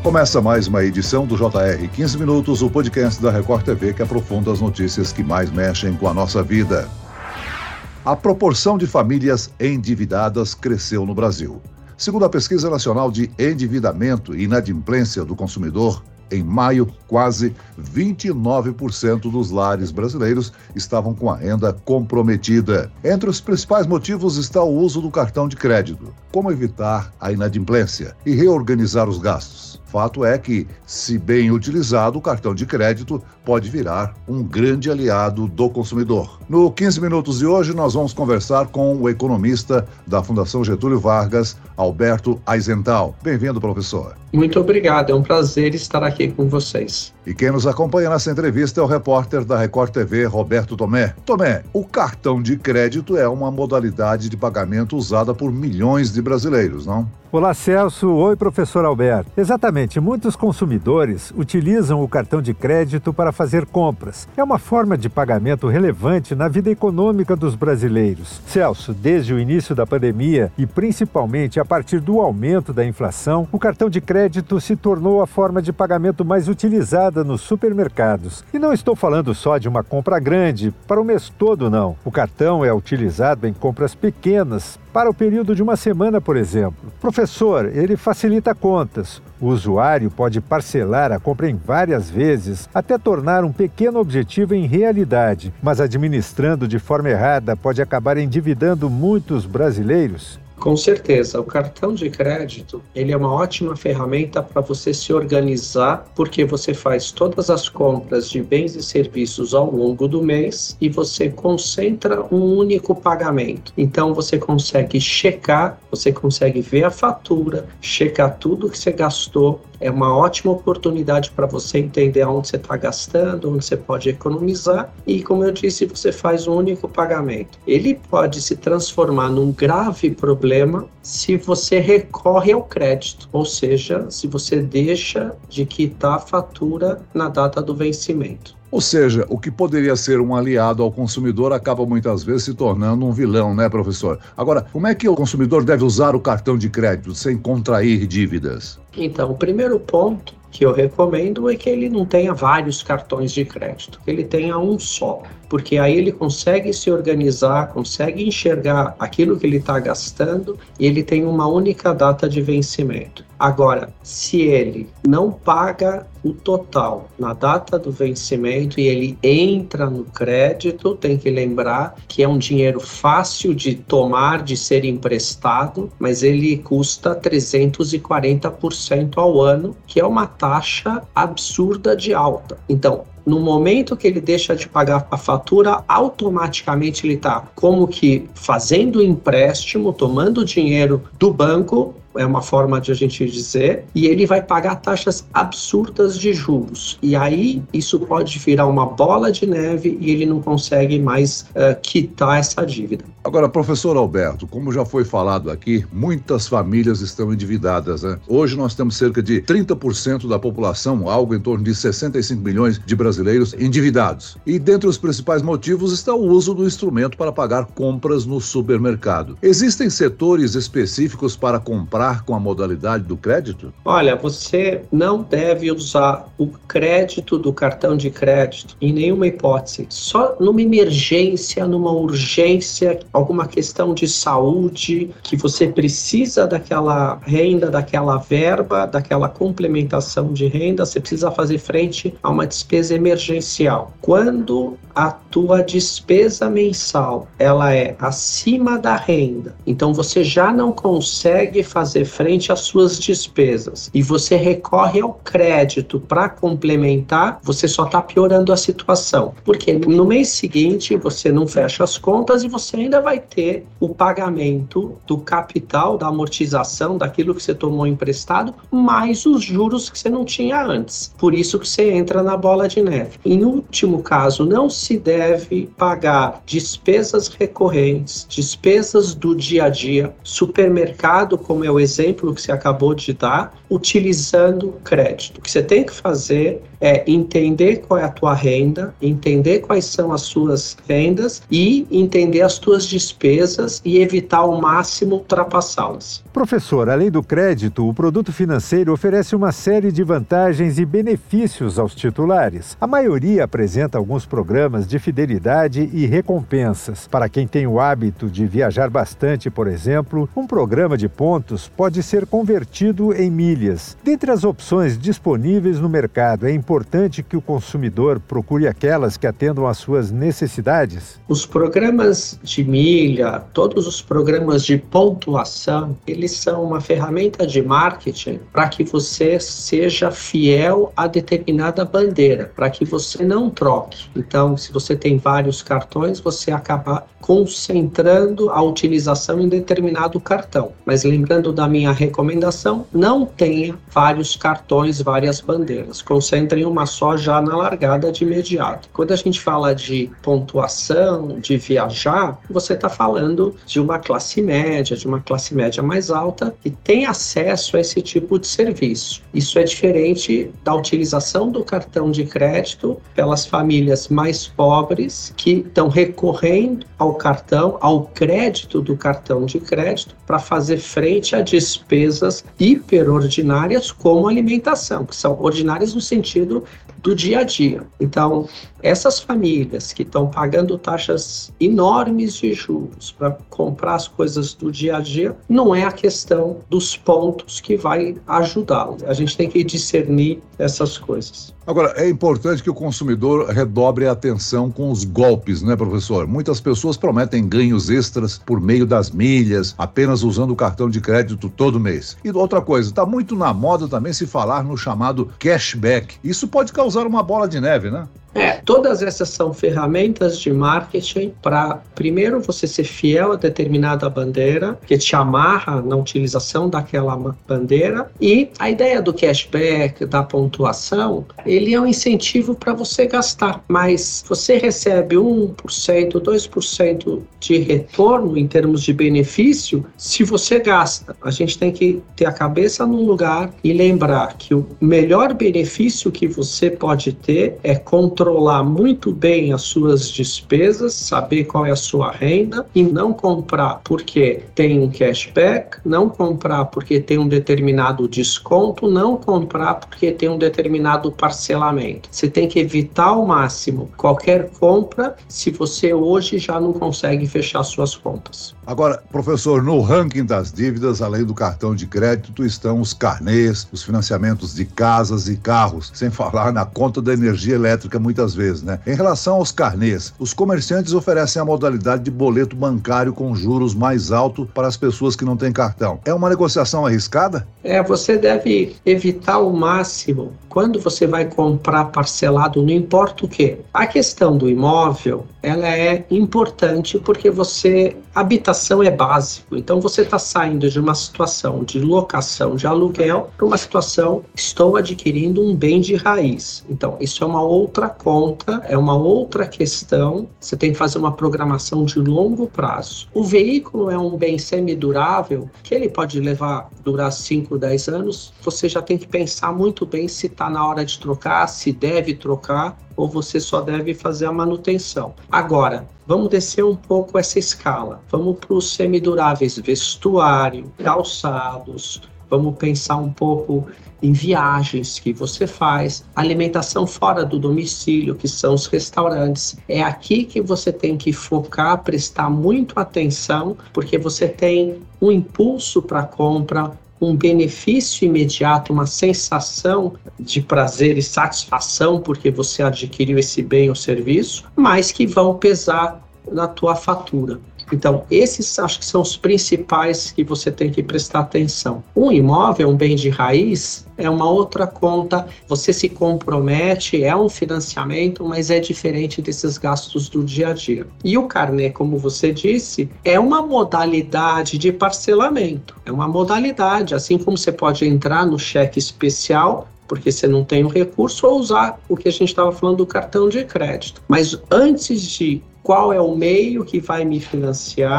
Começa mais uma edição do JR 15 Minutos, o podcast da Record TV que aprofunda as notícias que mais mexem com a nossa vida. A proporção de famílias endividadas cresceu no Brasil. Segundo a Pesquisa Nacional de Endividamento e Inadimplência do Consumidor, em maio, quase 29% dos lares brasileiros estavam com a renda comprometida. Entre os principais motivos está o uso do cartão de crédito. Como evitar a inadimplência e reorganizar os gastos? Fato é que, se bem utilizado, o cartão de crédito pode virar um grande aliado do consumidor. No 15 Minutos de hoje, nós vamos conversar com o economista da Fundação Getúlio Vargas, Alberto Aizental. Bem-vindo, professor. Muito obrigado, é um prazer estar aqui com vocês. E quem nos acompanha nessa entrevista é o repórter da Record TV, Roberto Tomé. Tomé, o cartão de crédito é uma modalidade de pagamento usada por milhões de brasileiros, não? Olá, Celso. Oi, professor Alberto. Exatamente, muitos consumidores utilizam o cartão de crédito para fazer compras. É uma forma de pagamento relevante na vida econômica dos brasileiros. Celso, desde o início da pandemia e principalmente a partir do aumento da inflação, o cartão de crédito se tornou a forma de pagamento mais utilizada nos supermercados. E não estou falando só de uma compra grande, para o mês todo não. O cartão é utilizado em compras pequenas, para o período de uma semana, por exemplo. Professor, ele facilita contas. O usuário pode parcelar a compra em várias vezes, até tornar um pequeno objetivo em realidade, mas administrando de forma errada pode acabar endividando muitos brasileiros. Com certeza, o cartão de crédito, ele é uma ótima ferramenta para você se organizar, porque você faz todas as compras de bens e serviços ao longo do mês e você concentra um único pagamento. Então você consegue checar, você consegue ver a fatura, checar tudo que você gastou. É uma ótima oportunidade para você entender onde você está gastando, onde você pode economizar e, como eu disse, você faz um único pagamento. Ele pode se transformar num grave problema se você recorre ao crédito, ou seja, se você deixa de quitar a fatura na data do vencimento. Ou seja, o que poderia ser um aliado ao consumidor acaba muitas vezes se tornando um vilão, né, professor? Agora, como é que o consumidor deve usar o cartão de crédito sem contrair dívidas? Então, o primeiro ponto que eu recomendo é que ele não tenha vários cartões de crédito, que ele tenha um só, porque aí ele consegue se organizar, consegue enxergar aquilo que ele está gastando e ele tem uma única data de vencimento. Agora, se ele não paga o total na data do vencimento e ele entra no crédito, tem que lembrar que é um dinheiro fácil de tomar, de ser emprestado, mas ele custa 340% ao ano, que é uma taxa absurda de alta. Então, no momento que ele deixa de pagar a fatura, automaticamente ele está como que fazendo empréstimo, tomando dinheiro do banco, é uma forma de a gente dizer, e ele vai pagar taxas absurdas de juros. E aí isso pode virar uma bola de neve e ele não consegue mais quitar essa dívida. Agora, professor Alberto, como já foi falado aqui, muitas famílias estão endividadas, né? Hoje nós temos cerca de 30% da população, algo em torno de 65 milhões de brasileiros endividados. E dentre os principais motivos está o uso do instrumento para pagar compras no supermercado. Existem setores específicos para comprar com a modalidade do crédito? Olha, você não deve usar o crédito do cartão de crédito em nenhuma hipótese. Só numa emergência, numa urgência, alguma questão de saúde, que você precisa daquela renda, daquela verba, daquela complementação de renda, você precisa fazer frente a uma despesa emergencial. Quando a tua despesa mensal ela é acima da renda, então você já não consegue fazer frente às suas despesas e você recorre ao crédito para complementar, você só está piorando a situação, porque no mês seguinte você não fecha as contas e você ainda vai ter o pagamento do capital, da amortização, daquilo que você tomou emprestado, mais os juros que você não tinha antes. Por isso que você entra na bola de neve. Em último caso, não se deve pagar despesas recorrentes, despesas do dia a dia, supermercado, como é o exemplo que você acabou de dar, utilizando crédito. O que você tem que fazer é entender qual é a tua renda, entender quais são as suas rendas e entender as tuas despesas e evitar ao máximo ultrapassá-las. Professor, além do crédito, o produto financeiro oferece uma série de vantagens e benefícios aos titulares. A maioria apresenta alguns programas de fidelidade e recompensas. Para quem tem o hábito de viajar bastante, por exemplo, um programa de pontos pode ser convertido em milhas. Dentre as opções disponíveis no mercado, é importante que o consumidor procure aquelas que atendam às suas necessidades? Os programas de milha, todos os programas de pontuação, eles são uma ferramenta de marketing para que você seja fiel a determinada bandeira, para que você não troque. Então, se você tem vários cartões, você acaba concentrando a utilização em determinado cartão. Mas lembrando da minha recomendação, não tenha vários cartões, várias bandeiras. Concentre em uma só já na largada de imediato. Quando a gente fala de pontuação, de viajar, você está falando de uma classe média, mais alta, que tem acesso a esse tipo de serviço. Isso é diferente da utilização do cartão de crédito pelas famílias mais pobres que estão recorrendo ao cartão, ao crédito do cartão de crédito para fazer frente a despesas hiperordinárias como alimentação, que são ordinárias no sentido do dia a dia. Então, essas famílias que estão pagando taxas enormes de juros para comprar as coisas do dia a dia, não é a questão dos pontos que vai ajudá-los. A gente tem que discernir essas coisas. Agora, é importante que o consumidor redobre a atenção com os golpes, né, professor? Muitas pessoas prometem ganhos extras por meio das milhas, apenas usando o cartão de crédito todo mês. E outra coisa, está muito na moda também se falar no chamado cashback. Isso pode causar uma bola de neve, né? Todas essas são ferramentas de marketing para, primeiro, você ser fiel a determinada bandeira, que te amarra na utilização daquela bandeira, e a ideia do cashback, da pontuação, ele é um incentivo para você gastar, mas você recebe 1%, 2% de retorno em termos de benefício se você gasta. A gente tem que ter a cabeça no lugar e lembrar que o melhor benefício que você pode ter é controlar muito bem as suas despesas, saber qual é a sua renda e não comprar porque tem um cashback, não comprar porque tem um determinado desconto, não comprar porque tem um determinado parcelamento. Você tem que evitar ao máximo qualquer compra se você hoje já não consegue fechar suas contas. Agora, professor, no ranking das dívidas, além do cartão de crédito, estão os carnês, os financiamentos de casas e carros, sem falar na conta da energia elétrica muitas vezes, né? Em relação aos carnês, os comerciantes oferecem a modalidade de boleto bancário com juros mais altos para as pessoas que não têm cartão. É uma negociação arriscada? Você deve evitar ao máximo, quando você vai comprar parcelado, não importa o quê. A questão do imóvel, ela é importante porque habitação é básico, então você está saindo de uma situação de locação de aluguel para uma situação, estou adquirindo um bem de raiz. Então, isso é uma outra conta, é uma outra questão, você tem que fazer uma programação de longo prazo. O veículo é um bem semidurável, que ele pode durar 5, 10 anos, você já tem que pensar muito bem se está na hora de trocar, se deve trocar, ou você só deve fazer a manutenção. Agora, vamos descer um pouco essa escala. Vamos para os semiduráveis, vestuário, calçados, vamos pensar um pouco em viagens que você faz, alimentação fora do domicílio, que são os restaurantes. É aqui que você tem que focar, prestar muito atenção, porque você tem um impulso para a compra, um benefício imediato, uma sensação de prazer e satisfação porque você adquiriu esse bem ou serviço, mas que vão pesar na tua fatura. Então, esses acho que são os principais que você tem que prestar atenção. Um imóvel, um bem de raiz, é uma outra conta, você se compromete, é um financiamento, mas é diferente desses gastos do dia a dia. E o carnê, como você disse, é uma modalidade de parcelamento, é uma modalidade, assim como você pode entrar no cheque especial, porque você não tem o recurso, ou usar o que a gente estava falando do cartão de crédito. Mas antes de qual é o meio que vai me financiar,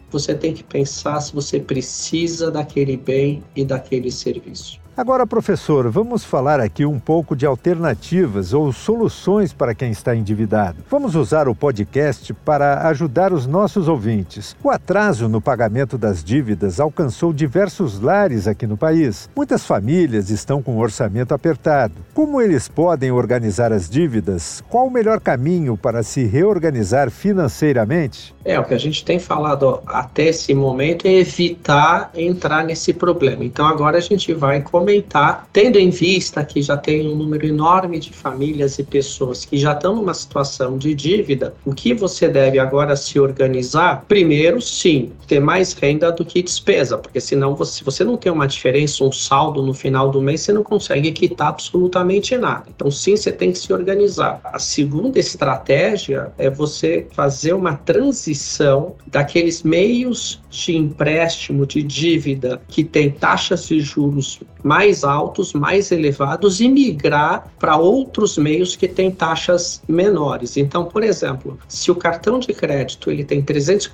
você tem que pensar se você precisa daquele bem e daquele serviço. Agora, professor, vamos falar aqui um pouco de alternativas ou soluções para quem está endividado. Vamos usar o podcast para ajudar os nossos ouvintes. O atraso no pagamento das dívidas alcançou diversos lares aqui no país. Muitas famílias estão com o orçamento apertado. Como eles podem organizar as dívidas? Qual o melhor caminho para se reorganizar financeiramente? O que a gente tem falado até esse momento é evitar entrar nesse problema. Então agora a gente vai comentar, tendo em vista que já tem um número enorme de famílias e pessoas que já estão numa situação de dívida, o que você deve agora se organizar? Primeiro, sim, ter mais renda do que despesa, porque senão se você não tem uma diferença, um saldo no final do mês, você não consegue quitar absolutamente nada. Então sim, você tem que se organizar. A segunda estratégia é você fazer uma transição daqueles meios de empréstimo, de dívida, que tem taxas de juros mais altos, mais elevados, e migrar para outros meios que têm taxas menores. Então, por exemplo, se o cartão de crédito ele tem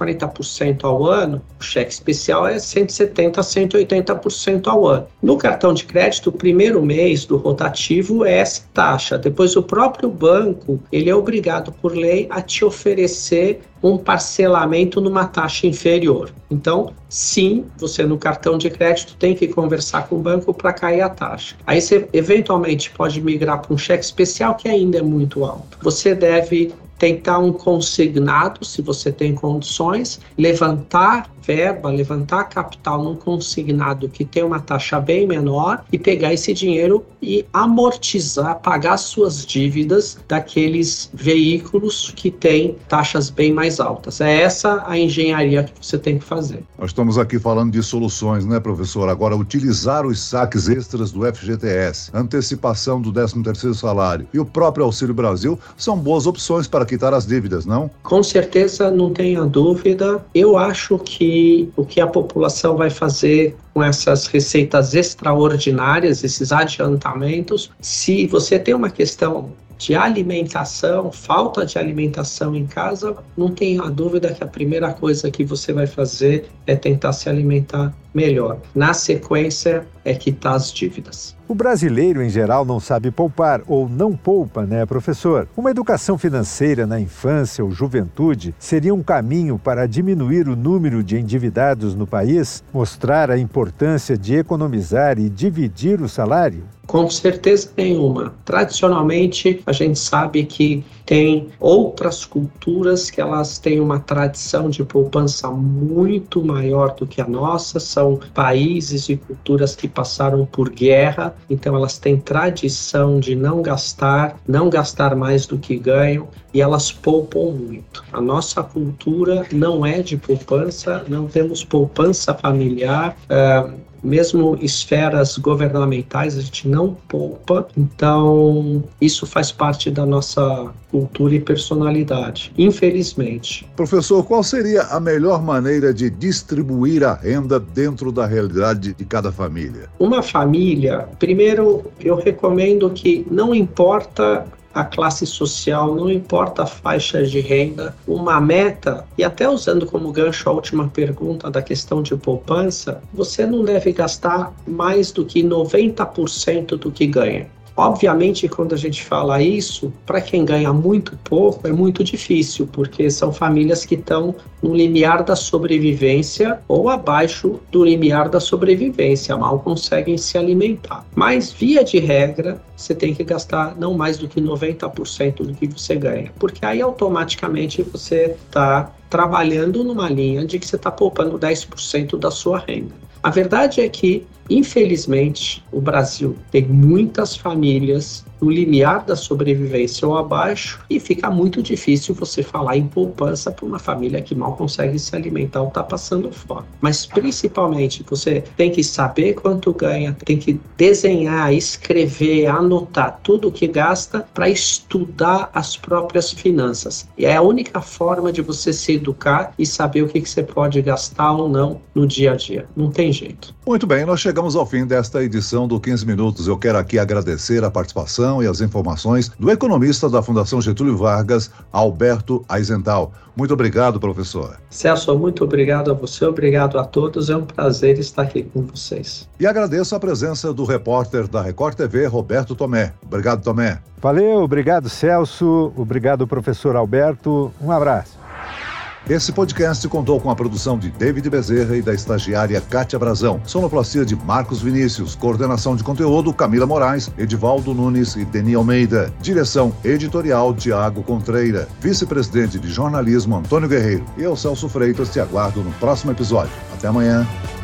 340% ao ano, o cheque especial é 170% a 180% ao ano. No cartão de crédito, o primeiro mês do rotativo é essa taxa. Depois, o próprio banco ele é obrigado, por lei, a te oferecer um parcelamento numa taxa inferior. Então, sim, você no cartão de crédito tem que conversar com o banco para cair a taxa. Aí você eventualmente pode migrar para um cheque especial que ainda é muito alto. Você deve tentar um consignado, se você tem condições, levantar verba, levantar capital num consignado que tem uma taxa bem menor e pegar esse dinheiro e amortizar, pagar suas dívidas daqueles veículos que têm taxas bem mais altas. É essa a engenharia que você tem que fazer. Nós estamos aqui falando de soluções, né, professor? Agora, utilizar os saques extras do FGTS, antecipação do 13º salário e o próprio Auxílio Brasil são boas opções para quitar as dívidas, não? Com certeza, não tenha dúvida. Eu acho que o que a população vai fazer com essas receitas extraordinárias, esses adiantamentos, se você tem uma questão de alimentação, falta de alimentação em casa, não tenha dúvida que a primeira coisa que você vai fazer é tentar se alimentar melhor. Na sequência, é quitar as dívidas. O brasileiro, em geral, não sabe poupar ou não poupa, né, professor? Uma educação financeira na infância ou juventude seria um caminho para diminuir o número de endividados no país, mostrar a importância de economizar e dividir o salário? Com certeza nenhuma. Tradicionalmente, a gente sabe que tem outras culturas que elas têm uma tradição de poupança muito maior do que a nossa, são países e culturas que passaram por guerra, então elas têm tradição de não gastar mais do que ganham, e elas poupam muito. A nossa cultura não é de poupança, não temos poupança familiar, mesmo esferas governamentais a gente não poupa, então isso faz parte da nossa cultura e personalidade, infelizmente. Professor, qual seria a melhor maneira de distribuir a renda dentro da realidade de cada família? Uma família, primeiro eu recomendo que não importa a classe social, não importa a faixa de renda, uma meta, e até usando como gancho a última pergunta da questão de poupança, você não deve gastar mais do que 90% do que ganha. Obviamente, quando a gente fala isso, para quem ganha muito pouco, é muito difícil, porque são famílias que estão no limiar da sobrevivência ou abaixo do limiar da sobrevivência, mal conseguem se alimentar. Mas, via de regra, você tem que gastar não mais do que 90% do que você ganha, porque aí automaticamente você está trabalhando numa linha de que você está poupando 10% da sua renda. A verdade é que, infelizmente, o Brasil tem muitas famílias no limiar da sobrevivência ou abaixo, e fica muito difícil você falar em poupança para uma família que mal consegue se alimentar ou está passando fome. Mas principalmente você tem que saber quanto ganha, tem que desenhar, escrever, anotar tudo o que gasta para estudar as próprias finanças. E é a única forma de você se educar e saber o que você pode gastar ou não no dia a dia. Não tem jeito. Muito bem, nós chegamos chegamos ao fim desta edição do 15 Minutos. Eu quero aqui agradecer a participação e as informações do economista da Fundação Getúlio Vargas, Alberto Aizental. Muito obrigado, professor. Celso, muito obrigado a você, obrigado a todos. É um prazer estar aqui com vocês. E agradeço a presença do repórter da Record TV, Roberto Tomé. Obrigado, Tomé. Valeu, obrigado, Celso. Obrigado, professor Alberto. Um abraço. Esse podcast contou com a produção de David Bezerra e da estagiária Kátia Brazão, sonoplastia de Marcos Vinícius, coordenação de conteúdo Camila Moraes, Edivaldo Nunes e Deni Almeida, direção editorial Tiago Contreira, vice-presidente de jornalismo Antônio Guerreiro. E eu, Celso Freitas, te aguardo no próximo episódio. Até amanhã.